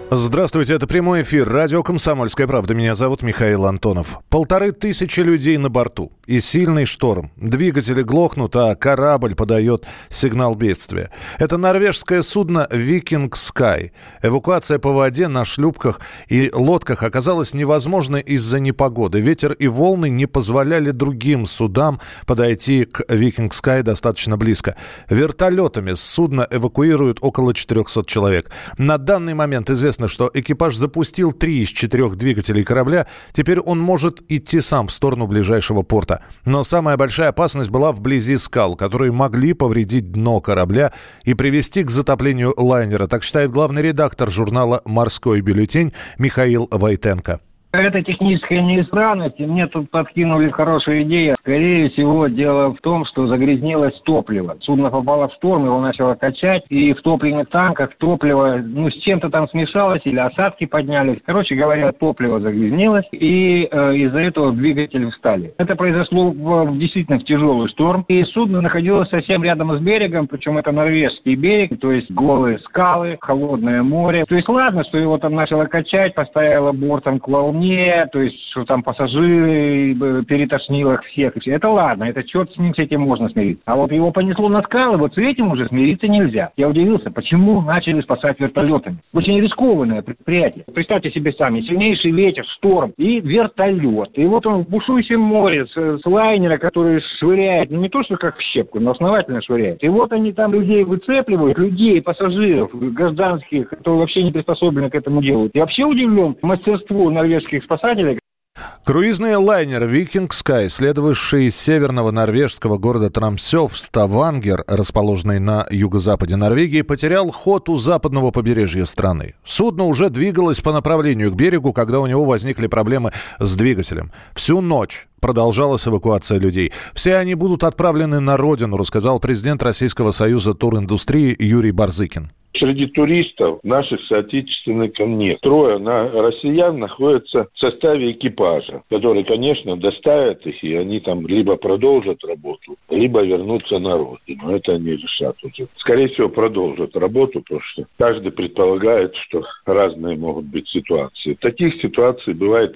Здравствуйте, это прямой эфир. Радио «Комсомольская правда». Меня зовут Михаил Антонов. 1500 людей на борту. И сильный шторм. Двигатели глохнут, а корабль подает сигнал бедствия. Это норвежское судно «Viking Sky». Эвакуация по воде на шлюпках и лодках оказалась невозможной из-за непогоды. Ветер и волны не позволяли другим судам подойти к «Viking Sky» достаточно близко. Вертолетами с судна эвакуируют около 400 человек. На данный момент известно, что экипаж запустил 3 из 4 двигателей корабля. Теперь он может идти сам в сторону ближайшего порта. Но самая большая опасность была вблизи скал, которые могли повредить дно корабля и привести к затоплению лайнера. Так считает главный редактор журнала «Морской бюллетень» Михаил Войтенко. Это техническая неисправность, и мне тут подкинули хорошую идею. Скорее всего, дело в том, что загрязнилось топливо. Судно попало в шторм, его начало качать, и в топливных танках топливо, с чем-то там смешалось, или осадки поднялись. Короче говоря, топливо загрязнилось, и из-за этого двигатели встали. Это произошло действительно в тяжелый шторм, и судно находилось совсем рядом с берегом, причем это норвежский берег, то есть голые скалы, холодное море. То есть ладно, что его там начало качать, поставило бортом к волне, то есть, что там пассажиры перетошнило их всех. Это ладно, это черт с ним, с этим можно смириться. А вот его понесло на скалы, вот с этим уже смириться нельзя. Я удивился, почему начали спасать вертолетами. Очень рискованное предприятие. Представьте себе сами, сильнейший ветер, шторм и вертолет. И вот он в бушующем море с лайнера, который швыряет, не то что как в щепку, но основательно швыряет. И вот они там людей выцепливают, людей, пассажиров, гражданских, кто вообще не приспособлены к этому делу. Я вообще удивлен мастерству норвежских спасателей. Круизный лайнер «Viking Sky», следовавший из северного норвежского города Тромсё в Ставангер, расположенный на юго-западе Норвегии, потерял ход у западного побережья страны. Судно уже двигалось по направлению к берегу, когда у него возникли проблемы с двигателем. Всю ночь продолжалась эвакуация людей. Все они будут отправлены на родину, рассказал президент Российского союза туриндустрии Юрий Барзыкин. Среди туристов наших соотечественников нет. 3 россиян находятся в составе экипажа, который, конечно, доставят их, и они там либо продолжат работу, либо вернутся на родину. Это они решат уже. Скорее всего, продолжат работу, потому что каждый предполагает, что разные могут быть ситуации. Таких ситуаций бывает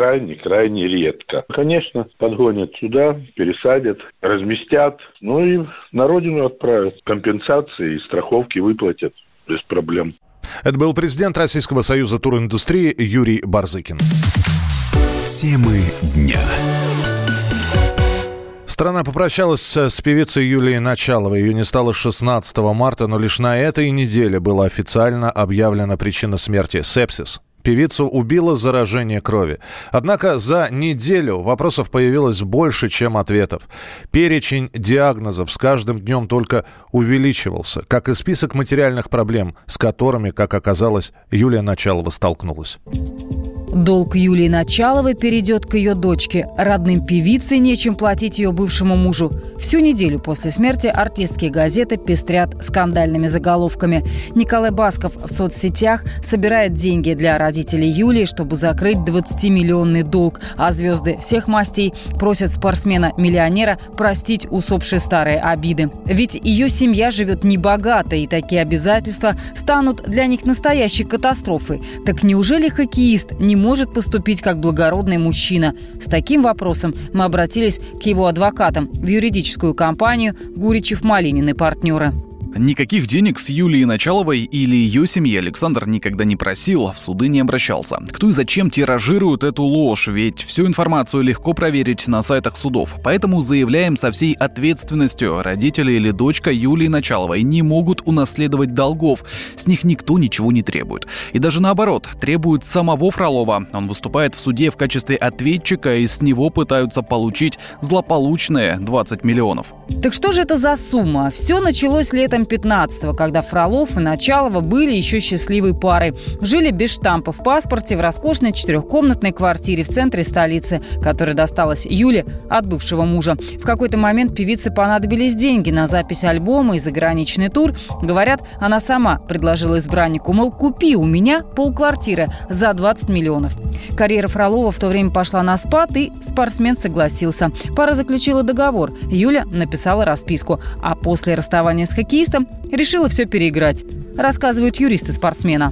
крайне редко. Конечно, подгонят сюда, пересадят, разместят, и на родину отправят. Компенсации и страховки выплатят. Без проблем. Это был президент Российского союза туриндустрии Юрий Барзыкин. Темы дня. Страна попрощалась с певицей Юлией Началовой. Ее не стало 16 марта, но лишь на этой неделе была официально объявлена причина смерти – сепсис. Певицу убило заражение крови. Однако за неделю вопросов появилось больше, чем ответов. Перечень диагнозов с каждым днем только увеличивался, как и список материальных проблем, с которыми, как оказалось, Юлия Началова столкнулась. Долг Юлии Началовой перейдет к ее дочке. Родным певице нечем платить ее бывшему мужу. Всю неделю после смерти артистские газеты пестрят скандальными заголовками. Николай Басков в соцсетях собирает деньги для родителей Юлии, чтобы закрыть 20-миллионный долг. А звезды всех мастей просят спортсмена-миллионера простить усопшие старые обиды. Ведь ее семья живет небогато, и такие обязательства станут для них настоящей катастрофой. Так неужели хоккеист не может поступить как благородный мужчина? С таким вопросом мы обратились к его адвокатам в юридическую компанию «Гуричев, Малинин и партнеры». Никаких денег с Юлией Началовой или ее семьи Александр никогда не просил, в суды не обращался. Кто и зачем тиражирует эту ложь? Ведь всю информацию легко проверить на сайтах судов. Поэтому заявляем со всей ответственностью: родители или дочка Юлии Началовой не могут унаследовать долгов. С них никто ничего не требует. И даже наоборот, требуют самого Фролова. Он выступает в суде в качестве ответчика, и с него пытаются получить злополучные 20 миллионов. Так что же это за сумма? Все началось летом 15-го, когда Фролов и Началова были еще счастливой парой. Жили без штампа в паспорте в роскошной 4-комнатной квартире в центре столицы, которая досталась Юле от бывшего мужа. В какой-то момент певице понадобились деньги на запись альбома и заграничный тур. Говорят, она сама предложила избраннику, мол, купи у меня полквартиры за 20 миллионов. Карьера Фролова в то время пошла на спад, и спортсмен согласился. Пара заключила договор. Юля написала расписку, а после расставания с хоккеистом решила все переиграть, рассказывают юристы спортсмена.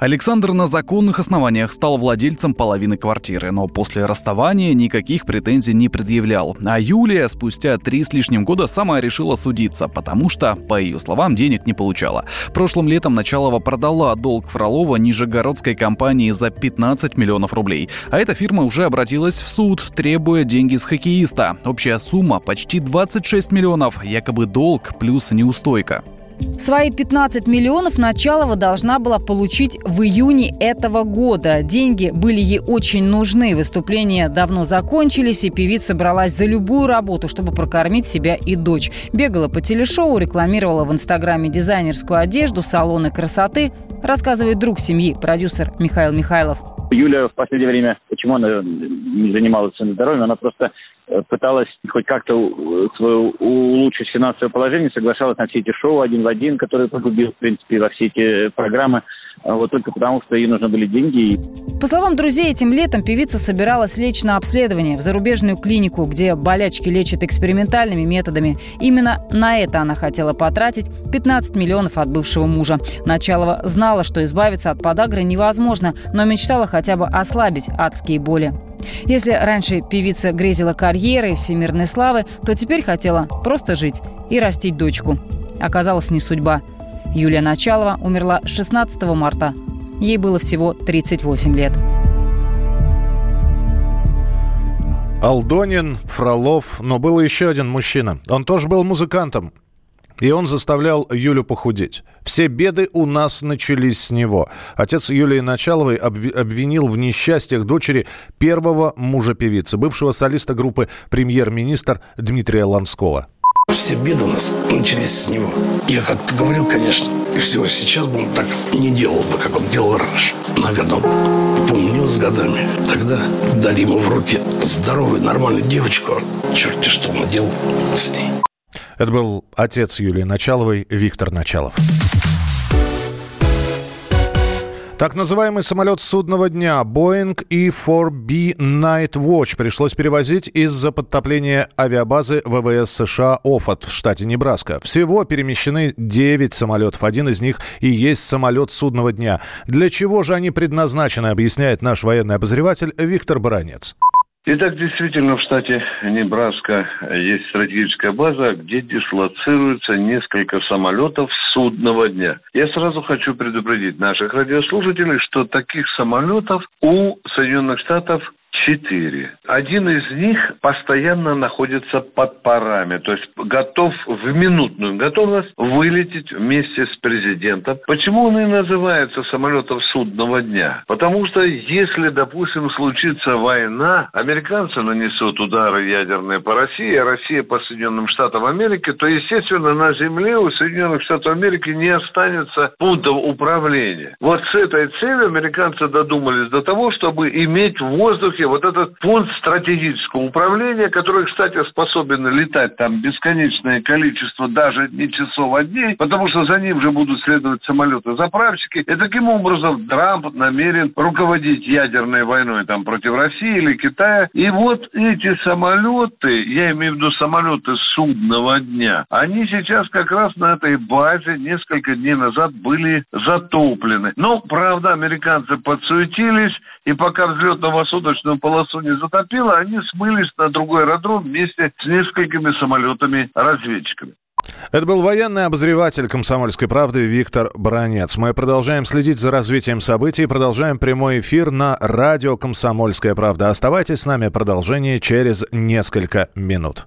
Александр на законных основаниях стал владельцем половины квартиры, но после расставания никаких претензий не предъявлял. А Юлия спустя 3 с лишним года сама решила судиться, потому что, по ее словам, денег не получала. Прошлым летом Началова продала долг Фролова нижегородской компании за 15 миллионов рублей. А эта фирма уже обратилась в суд, требуя деньги с хоккеиста. Общая сумма почти 26 миллионов, якобы долг плюс неустойка. Свои 15 миллионов Началова должна была получить в июне этого года. Деньги были ей очень нужны. Выступления давно закончились, и певица бралась за любую работу, чтобы прокормить себя и дочь. Бегала по телешоу, рекламировала в Инстаграме дизайнерскую одежду, салоны красоты. Рассказывает друг семьи, продюсер Михаил Михайлов. Юля в последнее время, почему она не занималась своим здоровьем, она просто пыталась хоть как-то улучшить финансовое положение, соглашалась на все эти шоу один в один, которые погубил, в принципе, во все эти программы, вот только потому, что ей нужны были деньги. По словам друзей, этим летом певица собиралась лечь на обследование в зарубежную клинику, где болячки лечат экспериментальными методами. Именно на это она хотела потратить 15 миллионов от бывшего мужа. Началова знала, что избавиться от подагры невозможно, но мечтала хотя бы ослабить адские боли. Если раньше певица грезила карьерой, всемирной славы, то теперь хотела просто жить и растить дочку. Оказалось, не судьба. Юлия Началова умерла 16 марта. Ей было всего 38 лет. Алдонин, Фролов, но был еще один мужчина. Он тоже был музыкантом. И он заставлял Юлю похудеть. Все беды у нас начались с него. Отец Юлии Началовой обвинил в несчастьях дочери первого мужа певицы, бывшего солиста группы «Премьер-министр» Дмитрия Ланского. Все беды у нас начались с него. Я как-то говорил, конечно, и всего сейчас бы он так не делал бы, как он делал раньше. Наверное, он помнил с годами. Тогда дали ему в руки здоровую, нормальную девочку. Черт, что он делал с ней. Это был отец Юлии Началовой, Виктор Началов. Так называемый самолет судного дня Boeing E-4B Night Watch пришлось перевозить из-за подтопления авиабазы ВВС США Оффорд в штате Небраска. Всего перемещены 9 самолетов. Один из них и есть самолет судного дня. Для чего же они предназначены, объясняет наш военный обозреватель Виктор Баранец. Итак, действительно, в штате Небраска есть стратегическая база, где дислоцируется несколько самолетов судного дня. Я сразу хочу предупредить наших радиослушателей, что таких самолетов у Соединенных Штатов 4. Один из них постоянно находится под парами, то есть готов в минутную готовность вылететь вместе с президентом. Почему он и называется самолетом судного дня? Потому что если, допустим, случится война, американцы нанесут удары ядерные по России, а Россия по Соединенным Штатам Америки, то, естественно, на земле у Соединенных Штатов Америки не останется пунктов управления. Вот с этой целью американцы додумались до того, чтобы иметь в воздухе вот этот пункт стратегического управления, который, кстати, способен летать там бесконечное количество даже не часов, а дней, потому что за ним же будут следовать самолеты-заправщики. И таким образом Трамп намерен руководить ядерной войной там против России или Китая. И вот эти самолеты, я имею в виду самолеты судного дня, они сейчас как раз на этой базе несколько дней назад были затоплены. Но, правда, американцы подсуетились, и пока взлетно-посадочную полосу не затопило, они смылись на другой аэродром вместе с несколькими самолетами-разведчиками. Это был военный обозреватель «Комсомольской правды» Виктор Баранец. Мы продолжаем следить за развитием событий, продолжаем прямой эфир на радио «Комсомольская правда». Оставайтесь с нами, продолжение через несколько минут.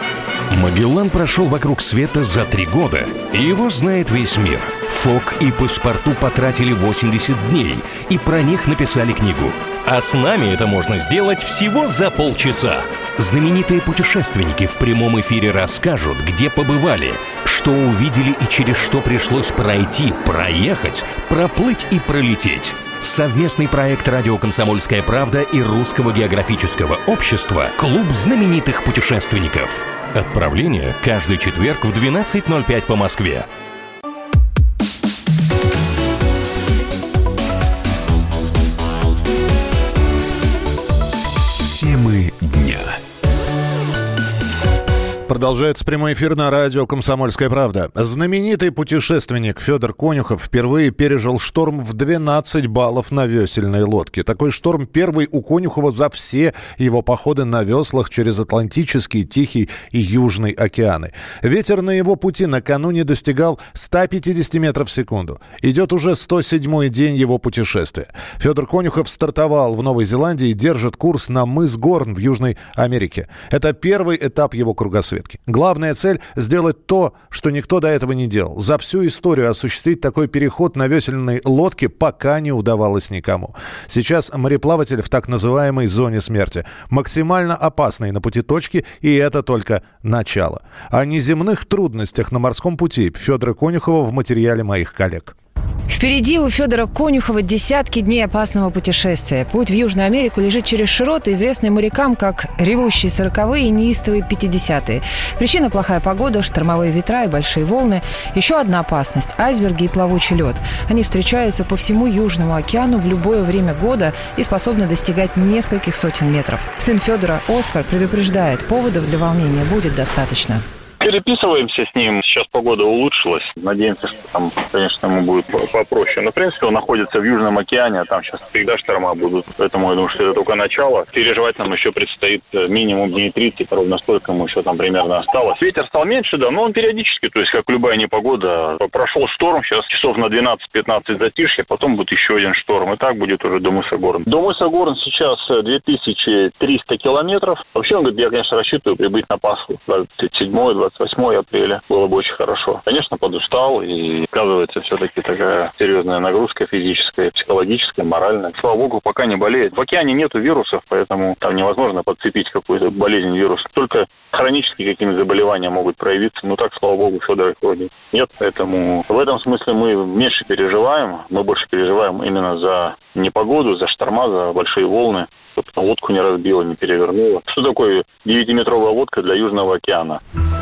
Магеллан прошел вокруг света за 3 года, и его знает весь мир. Фок и Паспарту потратили 80 дней, и про них написали книгу. А с нами это можно сделать всего за полчаса. Знаменитые путешественники в прямом эфире расскажут, где побывали, что увидели и через что пришлось пройти, проехать, проплыть и пролететь. Совместный проект «Радио Комсомольская правда» и Русского географического общества «Клуб знаменитых путешественников». Отправление каждый четверг в 12:05 по Москве. Темы дня. Продолжается прямой эфир на радио «Комсомольская правда». Знаменитый путешественник Федор Конюхов впервые пережил шторм в 12 баллов на весельной лодке. Такой шторм первый у Конюхова за все его походы на веслах через Атлантический, Тихий и Южный океаны. Ветер на его пути накануне достигал 150 метров в секунду. Идет уже 107-й день его путешествия. Федор Конюхов стартовал в Новой Зеландии и держит курс на мыс Горн в Южной Америке. Это первый этап его кругосветки. Главная цель – сделать то, что никто до этого не делал. За всю историю осуществить такой переход на весельной лодке пока не удавалось никому. Сейчас мореплаватель в так называемой зоне смерти. Максимально опасной на пути точки, и это только начало. О неземных трудностях на морском пути Федора Конюхова в материале моих коллег. Впереди у Федора Конюхова десятки дней опасного путешествия. Путь в Южную Америку лежит через широты, известные морякам как ревущие 40-е и неистовые 50-е. Причина – плохая погода, штормовые ветра и большие волны. Еще одна опасность – айсберги и плавучий лед. Они встречаются по всему Южному океану в любое время года и способны достигать нескольких сотен метров. Сын Федора, Оскар, предупреждает, поводов для волнения будет достаточно. Переписываемся с ним. Сейчас погода улучшилась. Надеемся, что там, конечно, ему будет попроще. Но, в принципе, он находится в Южном океане, а там сейчас всегда шторма будут. Поэтому я думаю, что это только начало. Переживать нам еще предстоит минимум дней 30. Ровно столько ему еще там примерно осталось. Ветер стал меньше, да, но он периодически, то есть, как любая непогода. Прошел шторм, сейчас часов на 12-15 затишье, потом будет еще один шторм. И так будет уже до мыса Горн. До мыса Горн сейчас 2300 километров. Вообще, он говорит, я, конечно, рассчитываю прибыть на Пасху. 27-28 апреля. Было бы очень хорошо. Конечно, подустал, и оказывается все-таки такая серьезная нагрузка физическая, психологическая, моральная. Слава богу, пока не болеет. В океане нету вирусов, поэтому там невозможно подцепить какую-то болезнь вируса. Только хронические какие-то заболевания могут проявиться. Но так, слава богу, Федора вроде нет. Поэтому в этом смысле мы меньше переживаем. Мы больше переживаем именно за непогоду, за шторма, за большие волны, чтобы лодку не разбило, не перевернуло. Что такое 9-метровая лодка для Южного океана?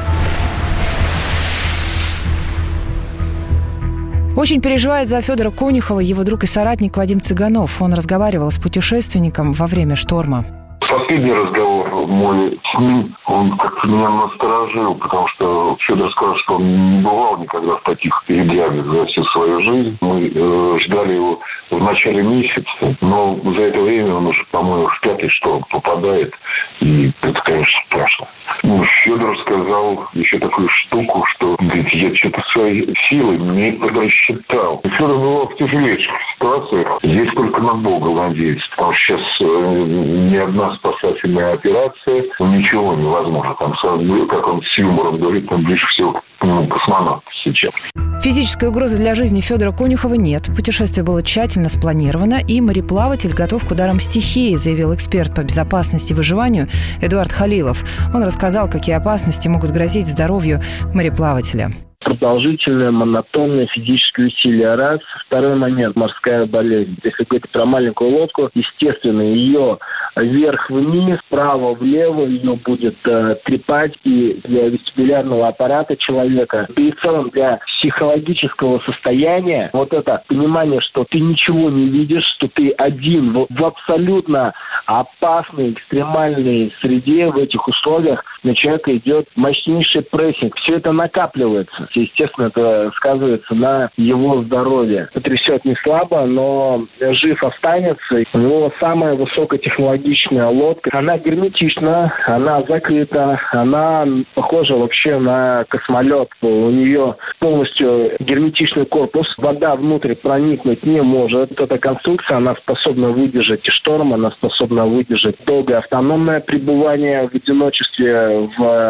Очень переживает за Федора Конюхова его друг и соратник Вадим Цыганов. Он разговаривал с путешественником во время шторма. Последний разговор мой с ним, он как-то меня насторожил, потому что Федор сказал, что он не бывал никогда в таких передрягах за всю свою жизнь. Мы ждали его в начале месяца, но за это время он уже, по-моему, в 5-й шторм попадает, и это, конечно, страшно. Федор сказал еще такую штуку, что, говорит, я что-то свои силы не просчитал. Федор бывал в тяжелейших ситуациях. Здесь только на Бога надеяться, потому что сейчас ни одна спасательная операция, ничего невозможно. Там, как он с юмором говорит, там ближе всего к космонавту сейчас. Физической угрозы для жизни Федора Конюхова нет. Путешествие было тщательно спланировано, и мореплаватель готов к ударам стихии, заявил эксперт по безопасности и выживанию Эдуард Халилов. Он рассказал, какие опасности могут грозить здоровью мореплавателя. Продолжительное, монотонное физическое усилие. Раз. Второй момент – морская болезнь. Если говорить про маленькую лодку, естественно, ее вверх-вниз, вправо-влево ее будет трепать и для вестибулярного аппарата человека, и в целом для психологического состояния. Вот это понимание, что ты ничего не видишь, что ты один в абсолютно опасной, экстремальной среде, в этих условиях на человека идет мощнейший прессинг. Все это накапливается. Естественно, это сказывается на его здоровье. Потрясет не слабо, но жив останется. У него самая высокотехнологичная лодка. Она герметична, она закрыта, она похожа вообще на космолет. У нее полностью герметичный корпус. Вода внутрь проникнуть не может. Эта конструкция, она способна выдержать и шторм, она способна выдержать долгое автономное пребывание в одиночестве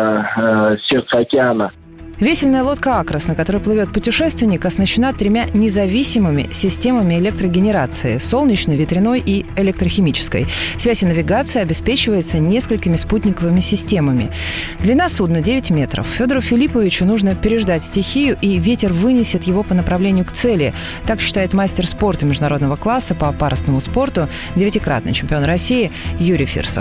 в сердце океана. Весельная лодка «Акрос», на которой плывет путешественник, оснащена 3 независимыми системами электрогенерации – солнечной, ветряной и электрохимической. Связь и навигация обеспечивается несколькими спутниковыми системами. Длина судна 9 метров. Федору Филипповичу нужно переждать стихию, и ветер вынесет его по направлению к цели. Так считает мастер спорта международного класса по парусному спорту, 9-кратный чемпион России Юрий Фирсов.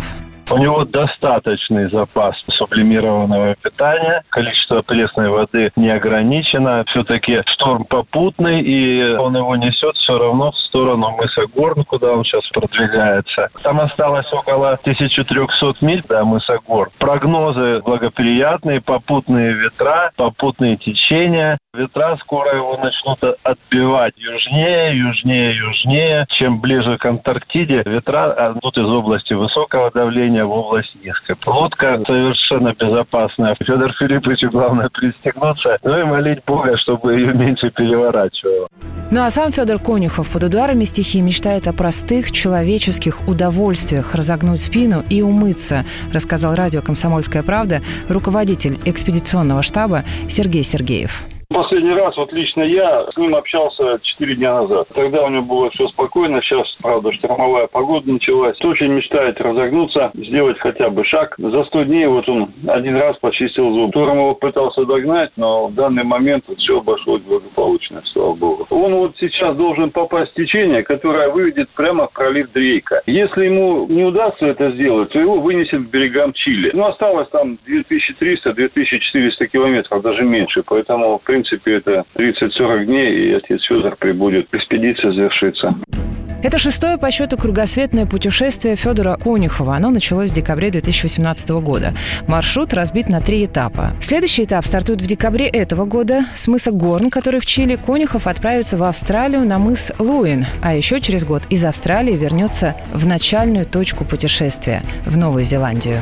У него достаточный запас сублимированного питания, количество пресной воды не ограничено. Все-таки шторм попутный, и он его несет все равно в сторону мыса Горн, куда он сейчас продвигается. Там осталось около 1300 миль до мыса Горн. Прогнозы благоприятные, попутные ветра, попутные течения. Ветра скоро его начнут отбивать южнее. Чем ближе к Антарктиде, ветра идут из области высокого давления в область низкой. Лодка совершенно безопасная. Федор Филипповичу главное пристегнуться, и молить Бога, чтобы ее меньше переворачивало. Ну а сам Федор Конюхов под ударами стихии мечтает о простых человеческих удовольствиях – разогнуть спину и умыться, рассказал радио «Комсомольская правда» руководитель экспедиционного штаба Сергей Сергеев. Последний раз лично я с ним общался 4 дня назад. Тогда у него было все спокойно. Сейчас, правда, штормовая погода началась. Очень мечтает разогнуться, сделать хотя бы шаг. За 100 дней он один раз почистил зуб. Туром его пытался догнать, но в данный момент все обошлось благополучно, слава богу. Он сейчас должен попасть в течение, которое выведет прямо в пролив Дрейка. Если ему не удастся это сделать, то его вынесет к берегам Чили. Осталось там 2300-2400 километров, даже меньше. Поэтому, в принципе, это 30-40 дней, и отец Федор прибудет. Экспедиция завершится. Это 6-е по счету кругосветное путешествие Федора Конюхова. Оно началось в декабре 2018 года. Маршрут разбит на 3 этапа. Следующий этап стартует в декабре этого года. С мыса Горн, который в Чили, Конюхов отправится в Австралию на мыс Луин. А еще через год из Австралии вернется в начальную точку путешествия – в Новую Зеландию.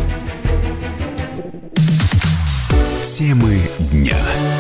Темы дня.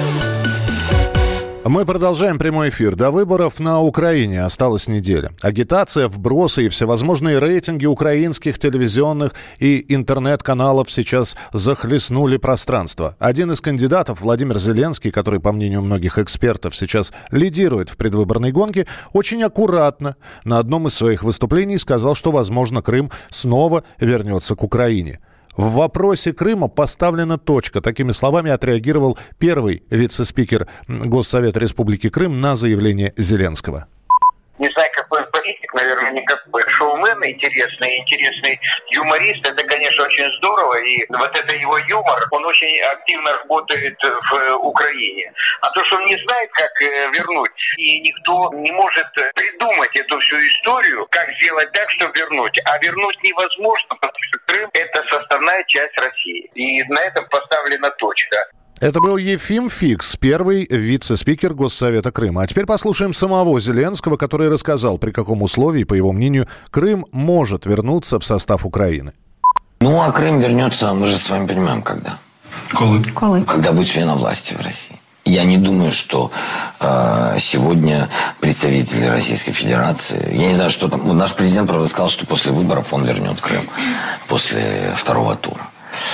Мы продолжаем прямой эфир. До выборов на Украине осталась неделя. Агитация, вбросы и всевозможные рейтинги украинских телевизионных и интернет-каналов сейчас захлестнули пространство. Один из кандидатов, Владимир Зеленский, который, по мнению многих экспертов, сейчас лидирует в предвыборной гонке, очень аккуратно на одном из своих выступлений сказал, что, возможно, Крым снова вернется к Украине. В вопросе Крыма поставлена точка. Такими словами отреагировал первый вице-спикер Госсовета Республики Крым на заявление Зеленского. Не знаю, какой он политик, наверное, никакой. Шоумен интересный юморист. Это, конечно, очень здорово. И вот это его юмор, он очень активно работает в Украине. А то, что он не знает, как вернуть, и никто не может придумать эту всю историю, как сделать так, чтобы вернуть. А вернуть невозможно, потому что Крым – это составная часть России. И на этом поставлена точка. Это был Ефим Фикс, первый вице-спикер Госсовета Крыма. А теперь послушаем самого Зеленского, который рассказал, при каком условии, по его мнению, Крым может вернуться в состав Украины. А Крым вернется, мы же с вами понимаем, когда. Коли? Когда будет смена власти в России. Я не думаю, что сегодня представители Российской Федерации... Я не знаю, что там... Наш президент, правда, сказал, что после выборов он вернет Крым. После второго тура.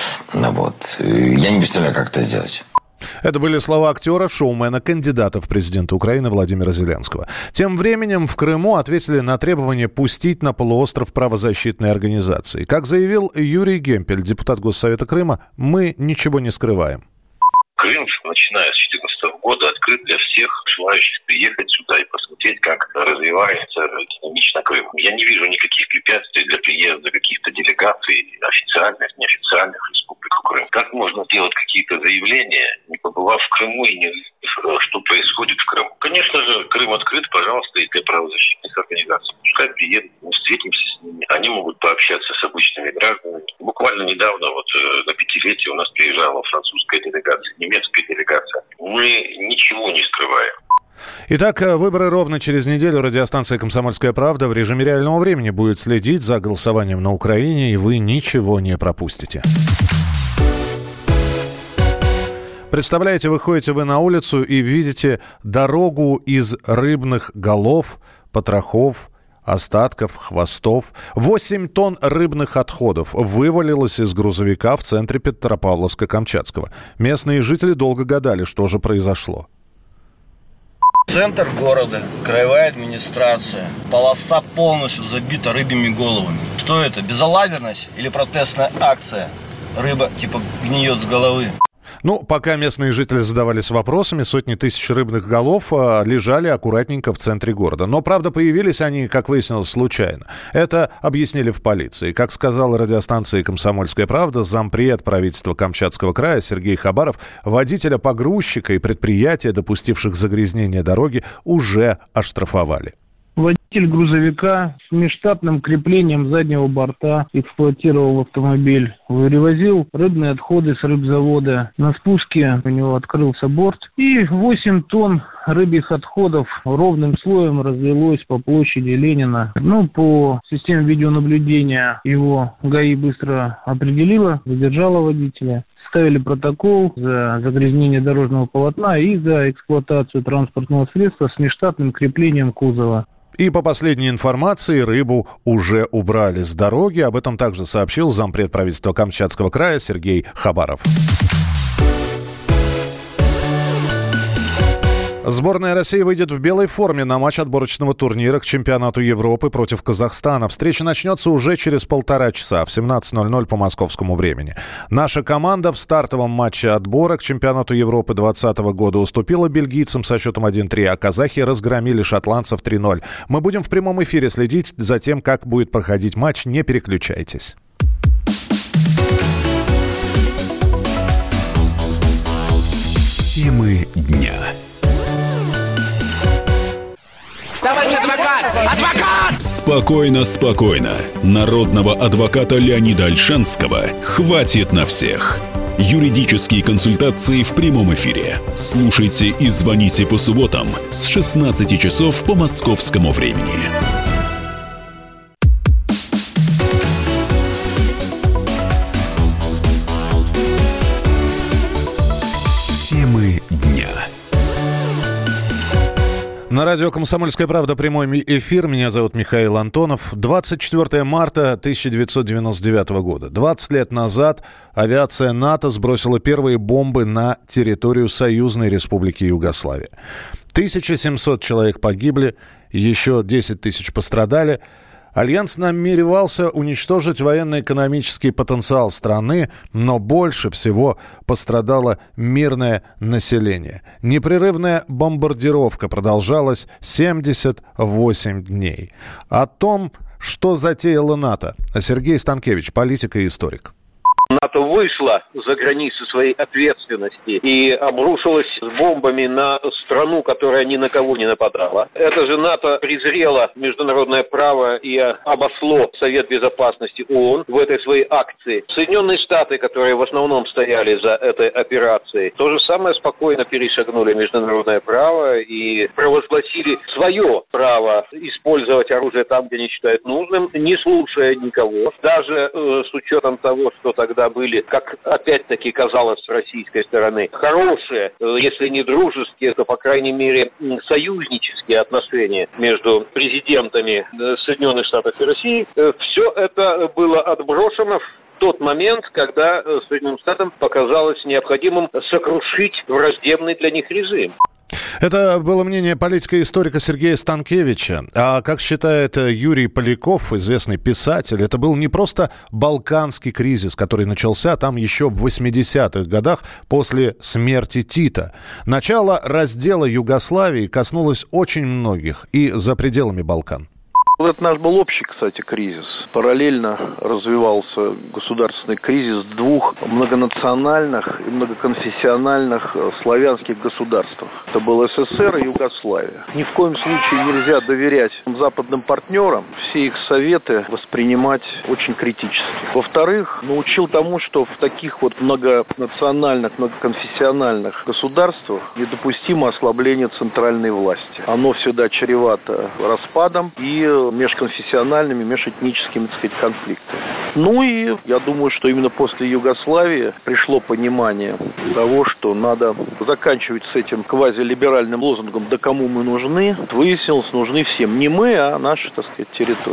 Я не представляю, как это сделать. Это были слова актера, шоумена, кандидата в президенты Украины Владимира Зеленского. Тем временем в Крыму ответили на требование пустить на полуостров правозащитные организации. Как заявил Юрий Гемпель, депутат Госсовета Крыма, мы ничего не скрываем. Крым, начиная с 2014 года, открыт для всех желающих приехать сюда и посмотреть, как развивается динамично Крым. Я не вижу никаких препятствий для приезда каких-то делегаций, официальных, неофициальных республик Крым. Как можно делать какие-то заявления, не побывав в Крыму и не видев, что происходит в Крыму? Конечно же, Крым открыт, пожалуйста, и для правозащитных организаций. Пускай приедут, мы встретимся с ними. Они могут пообщаться с обычными гражданами. Буквально недавно, на 5-летие у нас приезжала французская делегация, немецкая делегация. Мы ничего не скрываем. Итак, выборы ровно через неделю. Радиостанция «Комсомольская правда» в режиме реального времени будет следить за голосованием на Украине, и вы ничего не пропустите. Представляете, выходите вы на улицу и видите дорогу из рыбных голов, потрохов, остатков, хвостов. 8 тонн рыбных отходов вывалилось из грузовика в центре Петропавловска-Камчатского. Местные жители долго гадали, что же произошло. Центр города, краевая администрация. Полоса полностью забита рыбьими головами. Что это, безалаберность или протестная акция? Рыба типа гниет с головы. Ну, пока местные жители задавались вопросами, сотни тысяч рыбных голов лежали аккуратненько в центре города. Но, правда, появились они, как выяснилось, случайно. Это объяснили в полиции. Как сказала радиостанции «Комсомольская правда», зампред правительства Камчатского края Сергей Хабаров, водителя погрузчика и предприятия, допустивших загрязнение дороги, уже оштрафовали. Водитель грузовика с межштатным креплением заднего борта эксплуатировал автомобиль. Перевозил рыбные отходы с рыбзавода. На спуске у него открылся борт. И 8 тонн рыбьих отходов ровным слоем разлилось по площади Ленина. По системе видеонаблюдения его ГАИ быстро определила, задержала водителя. Составили протокол за загрязнение дорожного полотна и за эксплуатацию транспортного средства с межштатным креплением кузова. И по последней информации, рыбу уже убрали с дороги. Об этом также сообщил зампред правительства Камчатского края Сергей Хабаров. Сборная России выйдет в белой форме на матч отборочного турнира к чемпионату Европы против Казахстана. Встреча начнется уже через 1,5 часа в 17:00 по московскому времени. Наша команда в стартовом матче отбора к чемпионату Европы 2020 года уступила бельгийцам со счетом 1-3, а казахи разгромили шотландцев 3-0. Мы будем в прямом эфире следить за тем, как будет проходить матч. Не переключайтесь. Темы дня. Товарищ адвокат! Адвокат! Спокойно, спокойно. Народного адвоката Леонида Ольшанского хватит на всех. Юридические консультации в прямом эфире. Слушайте и звоните по субботам с 16 часов по московскому времени. Темы дня. На радио «Комсомольская правда» прямой эфир. Меня зовут Михаил Антонов. 24 марта 1999 года. 20 лет назад авиация НАТО сбросила первые бомбы на территорию Союзной Республики Югославия. 1700 человек погибли, еще 10 тысяч пострадали. Альянс намеревался уничтожить военно-экономический потенциал страны, но больше всего пострадало мирное население. Непрерывная бомбардировка продолжалась 78 дней. О том, что затеяла НАТО, Сергей Станкевич, политик и историк. НАТО вышла за границы своей ответственности и обрушилась с бомбами на страну, которая ни на кого не нападала. Это же НАТО презрело международное право и обосло Совет Безопасности ООН в этой своей акции. Соединенные Штаты, которые в основном стояли за этой операцией, то же самое спокойно перешагнули международное право и провозгласили свое право использовать оружие там, где они считают нужным, не слушая никого. Даже с учетом того, что тогда были, как опять-таки казалось с российской стороны, хорошие, если не дружеские, то, по крайней мере, союзнические отношения между президентами Соединенных Штатов и России, все это было отброшено в тот момент, когда Соединенным Штатам показалось необходимым сокрушить враждебный для них режим. Это было мнение политика и историка Сергея Станкевича. А как считает Юрий Поляков, известный писатель, это был не просто балканский кризис, который начался там еще в 80-х годах после смерти Тита. Начало раздела Югославии коснулось очень многих и за пределами Балкан. Это наш был общий, кстати, кризис. Параллельно развивался государственный кризис двух многонациональных и многоконфессиональных славянских государств. Это был СССР и Югославия. Ни в коем случае нельзя доверять западным партнерам, все их советы воспринимать очень критически. Во-вторых, научил тому, что в таких вот многонациональных, многоконфессиональных государствах недопустимо ослабление центральной власти. Оно всегда чревато распадом и межконфессиональными, межэтническими, так сказать, конфликтами. Ну и я думаю, что именно после Югославии пришло понимание того, что надо заканчивать с этим квазилиберальным лозунгом «да кому мы нужны». Выяснилось, нужны всем. Не мы, а наши, так сказать, территории.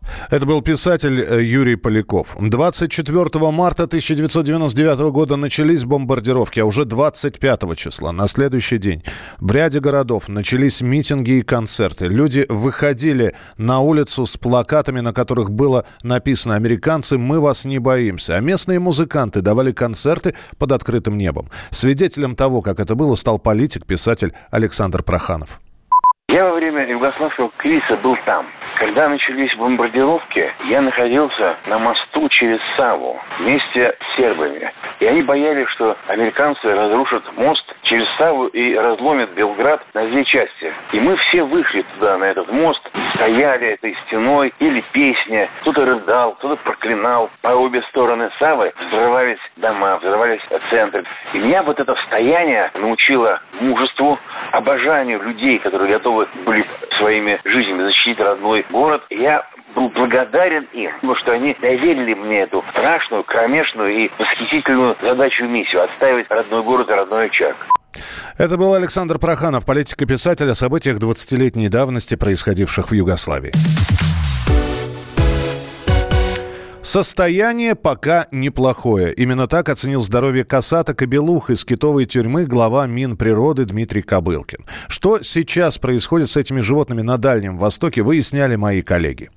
Это был писатель Юрий Поляков. 24 марта 1999 года начались бомбардировки, а уже 25 числа, на следующий день, в ряде городов начались митинги и концерты. Люди выходили на улицу с плакатами, на которых было написано «Американцы, мы вас не боимся». А местные музыканты давали концерты под открытым небом. Свидетелем того, как это было, стал политик, писатель Александр Проханов. Я во время югославского кризиса был там. Когда начались бомбардировки, я находился на мосту через Саву вместе с сербами. И они боялись, что американцы разрушат мост через Саву и разломят Белград на две части. И мы все вышли туда, на этот мост, стояли этой стеной, пели песни. Кто-то рыдал, кто-то проклинал. По обе стороны Савы взрывались дома, взрывались центры. И меня вот это стояние научило мужеству, обожанию людей, которые готовы были своими жизнями защитить родной город. Я был благодарен им, потому что они доверили мне эту страшную, кромешную и восхитительную задачу и миссию – отстаивать родной город и родной очаг. Это был Александр Проханов, политик и писатель, о событиях 20-летней давности, происходивших в Югославии. Состояние пока неплохое. Именно так оценил здоровье касаток и белух из китовой тюрьмы глава Минприроды Дмитрий Кобылкин. Что сейчас происходит с этими животными на Дальнем Востоке, выясняли мои коллеги.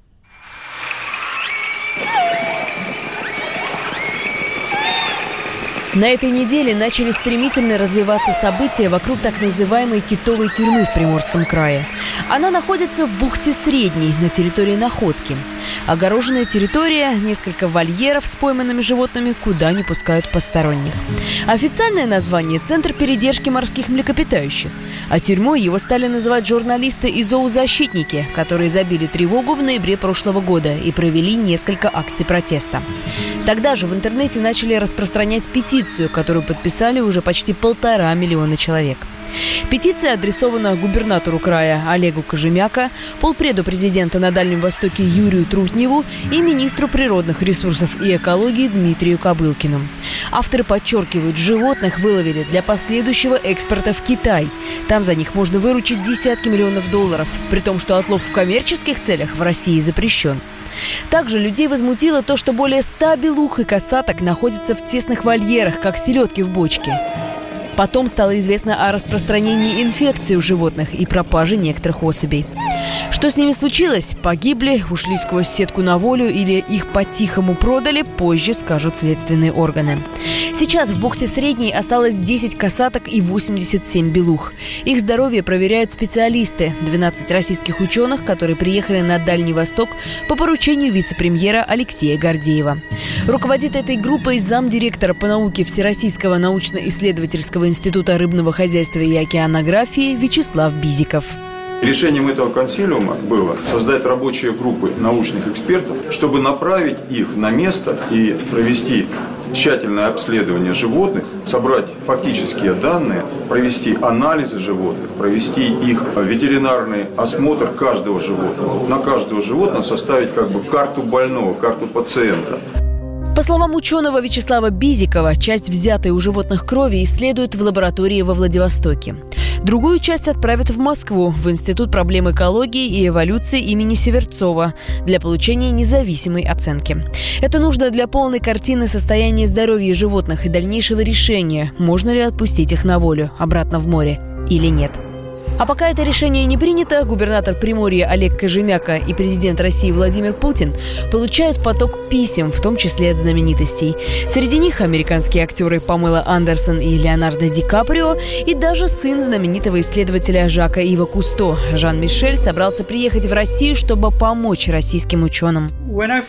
На этой неделе начали стремительно развиваться события вокруг так называемой китовой тюрьмы в Приморском крае. Она находится в бухте Средней, на территории Находки. Огороженная территория, несколько вольеров с пойманными животными, куда не пускают посторонних. Официальное название – Центр передержки морских млекопитающих. А тюрьмой его стали называть журналисты и зоозащитники, которые забили тревогу в ноябре прошлого года и провели несколько акций протеста. Тогда же в интернете начали распространять петицию, которую подписали уже почти 1,5 миллиона человек. Петиция адресована губернатору края Олегу Кожемяка, полпреду президента на Дальнем Востоке Юрию Трутневу и министру природных ресурсов и экологии Дмитрию Кобылкину. Авторы подчеркивают, животных выловили для последующего экспорта в Китай. Там за них можно выручить десятки миллионов долларов, при том, что отлов в коммерческих целях в России запрещен. Также людей возмутило то, что более 100 белух и касаток находятся в тесных вольерах, как селедки в бочке. Потом стало известно о распространении инфекции у животных и пропаже некоторых особей. Что с ними случилось? Погибли, ушли сквозь сетку на волю или их по-тихому продали, позже скажут следственные органы. Сейчас в бухте Средней осталось 10 касаток и 87 белух. Их здоровье проверяют специалисты, 12 российских ученых, которые приехали на Дальний Восток по поручению вице-премьера Алексея Гордеева. Руководит этой группой замдиректора по науке Всероссийского научно-исследовательского института рыбного хозяйства и океанографии Вячеслав Бизиков. Решением этого консилиума было создать рабочие группы научных экспертов, чтобы направить их на место и провести тщательное обследование животных, собрать фактические данные, провести анализы животных, провести их ветеринарный осмотр каждого животного. На каждого животного составить карту больного, карту пациента. По словам ученого Вячеслава Бизикова, часть взятой у животных крови исследуют в лаборатории во Владивостоке. Другую часть отправят в Москву, в Институт проблем экологии и эволюции имени Северцова для получения независимой оценки. Это нужно для полной картины состояния здоровья животных и дальнейшего решения, можно ли отпустить их на волю, обратно в море или нет. А пока это решение не принято, губернатор Приморья Олег Кожемяка и президент России Владимир Путин получают поток писем, в том числе от знаменитостей. Среди них американские актеры Памела Андерсон и Леонардо Ди Каприо, и даже сын знаменитого исследователя Жака Ива Кусто, Жан-Мишель, собрался приехать в Россию, чтобы помочь российским ученым. Мы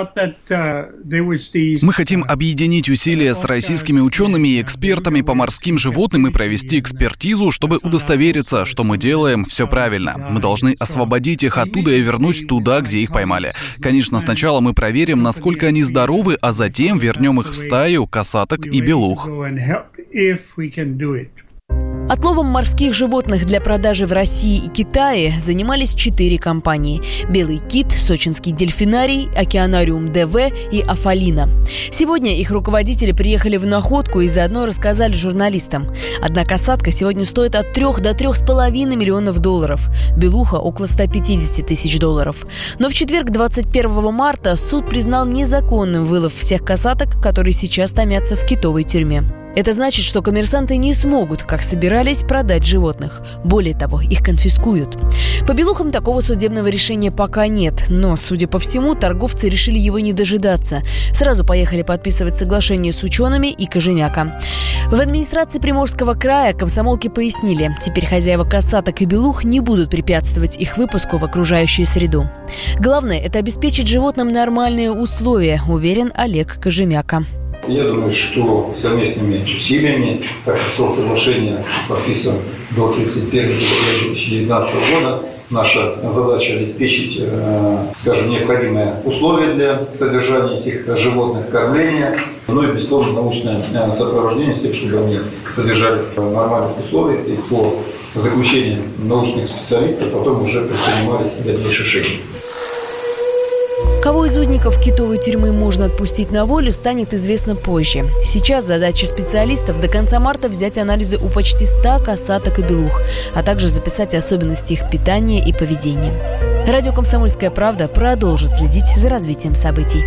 хотим объединить усилия с российскими учеными и экспертами по морским животным и провести экспертизу, чтобы удостовериться, что мы делаем все правильно. Мы должны освободить их оттуда и вернуть туда, где их поймали. Конечно, сначала мы проверим, насколько они здоровы, а затем вернем их в стаю касаток и белух. Отловом морских животных для продажи в России и Китае занимались 4 компании: «Белый кит», «Сочинский дельфинарий», «Океанариум ДВ» и «Афалина». Сегодня их руководители приехали в Находку и заодно рассказали журналистам. Одна касатка сегодня стоит от 3 до 3,5 миллионов долларов. Белуха – около 150 тысяч долларов. Но в четверг, 21 марта, суд признал незаконным вылов всех касаток, которые сейчас томятся в китовой тюрьме. Это значит, что коммерсанты не смогут, как собирались, продать животных. Более того, их конфискуют. По белухам такого судебного решения пока нет, но, судя по всему, торговцы решили его не дожидаться. Сразу поехали подписывать соглашение с учеными и Кожемяка. В администрации Приморского края комсомолки пояснили, теперь хозяева касаток и белух не будут препятствовать их выпуску в окружающую среду. Главное – это обеспечить животным нормальные условия, уверен Олег Кожемяка. Я думаю, что совместными усилиями, так как соглашение подписано до 31 декабря 2019 года, наша задача обеспечить, скажем, необходимые условия для содержания этих животных, кормления, ну и, безусловно, научное сопровождение с тем, чтобы они содержали в нормальных условиях, и по заключению научных специалистов потом уже предпринимались дальнейшие шаги. Кого из узников китовой тюрьмы можно отпустить на волю, станет известно позже. Сейчас задача специалистов до конца марта взять анализы у почти 100 касаток и белух, а также записать особенности их питания и поведения. Радио «Комсомольская правда» продолжит следить за развитием событий.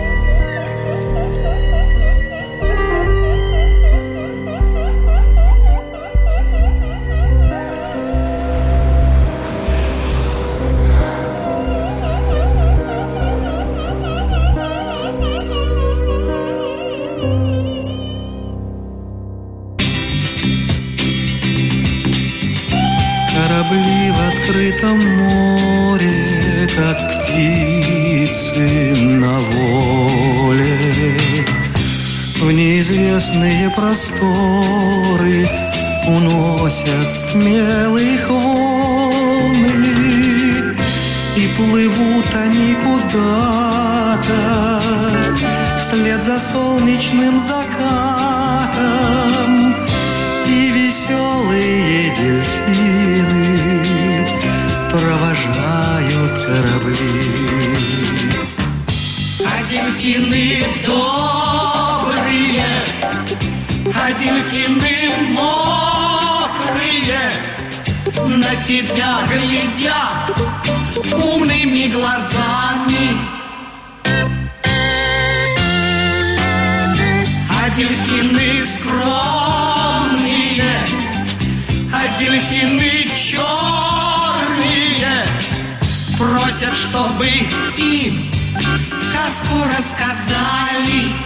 Корабли в открытом море, как птицы на воле, в неизвестные просторы уносят смелых волны, и плывут они куда-то вслед за солнечным закатом, и веселые дельфины провожают корабли. А дельфины добрые, а дельфины мокрые на тебя глядят умными глазами. А дельфины скромные, а дельфины черные просят, чтобы им сказку рассказали.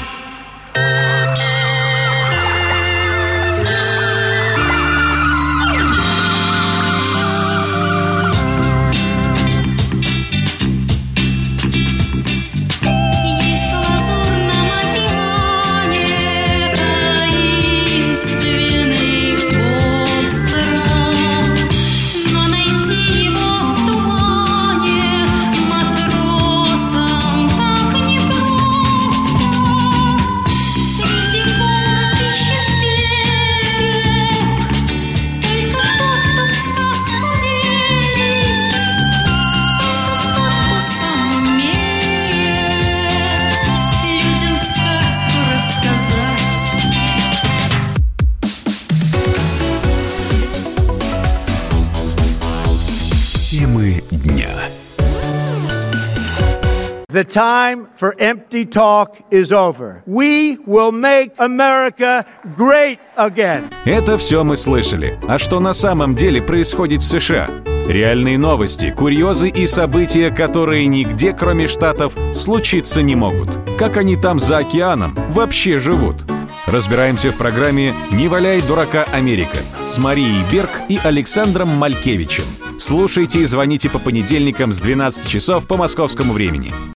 Темы дня. The time for empty talk is over. We will make America great again. Это все мы слышали. А что на самом деле происходит в США? Реальные новости, курьезы и события, которые нигде, кроме Штатов, случиться не могут. Как они там за океаном вообще живут? Разбираемся в программе «Не валяй дурака, Америка» с Марией Берг и Александром Малькевичем. Слушайте и звоните по понедельникам с 12 часов по московскому времени.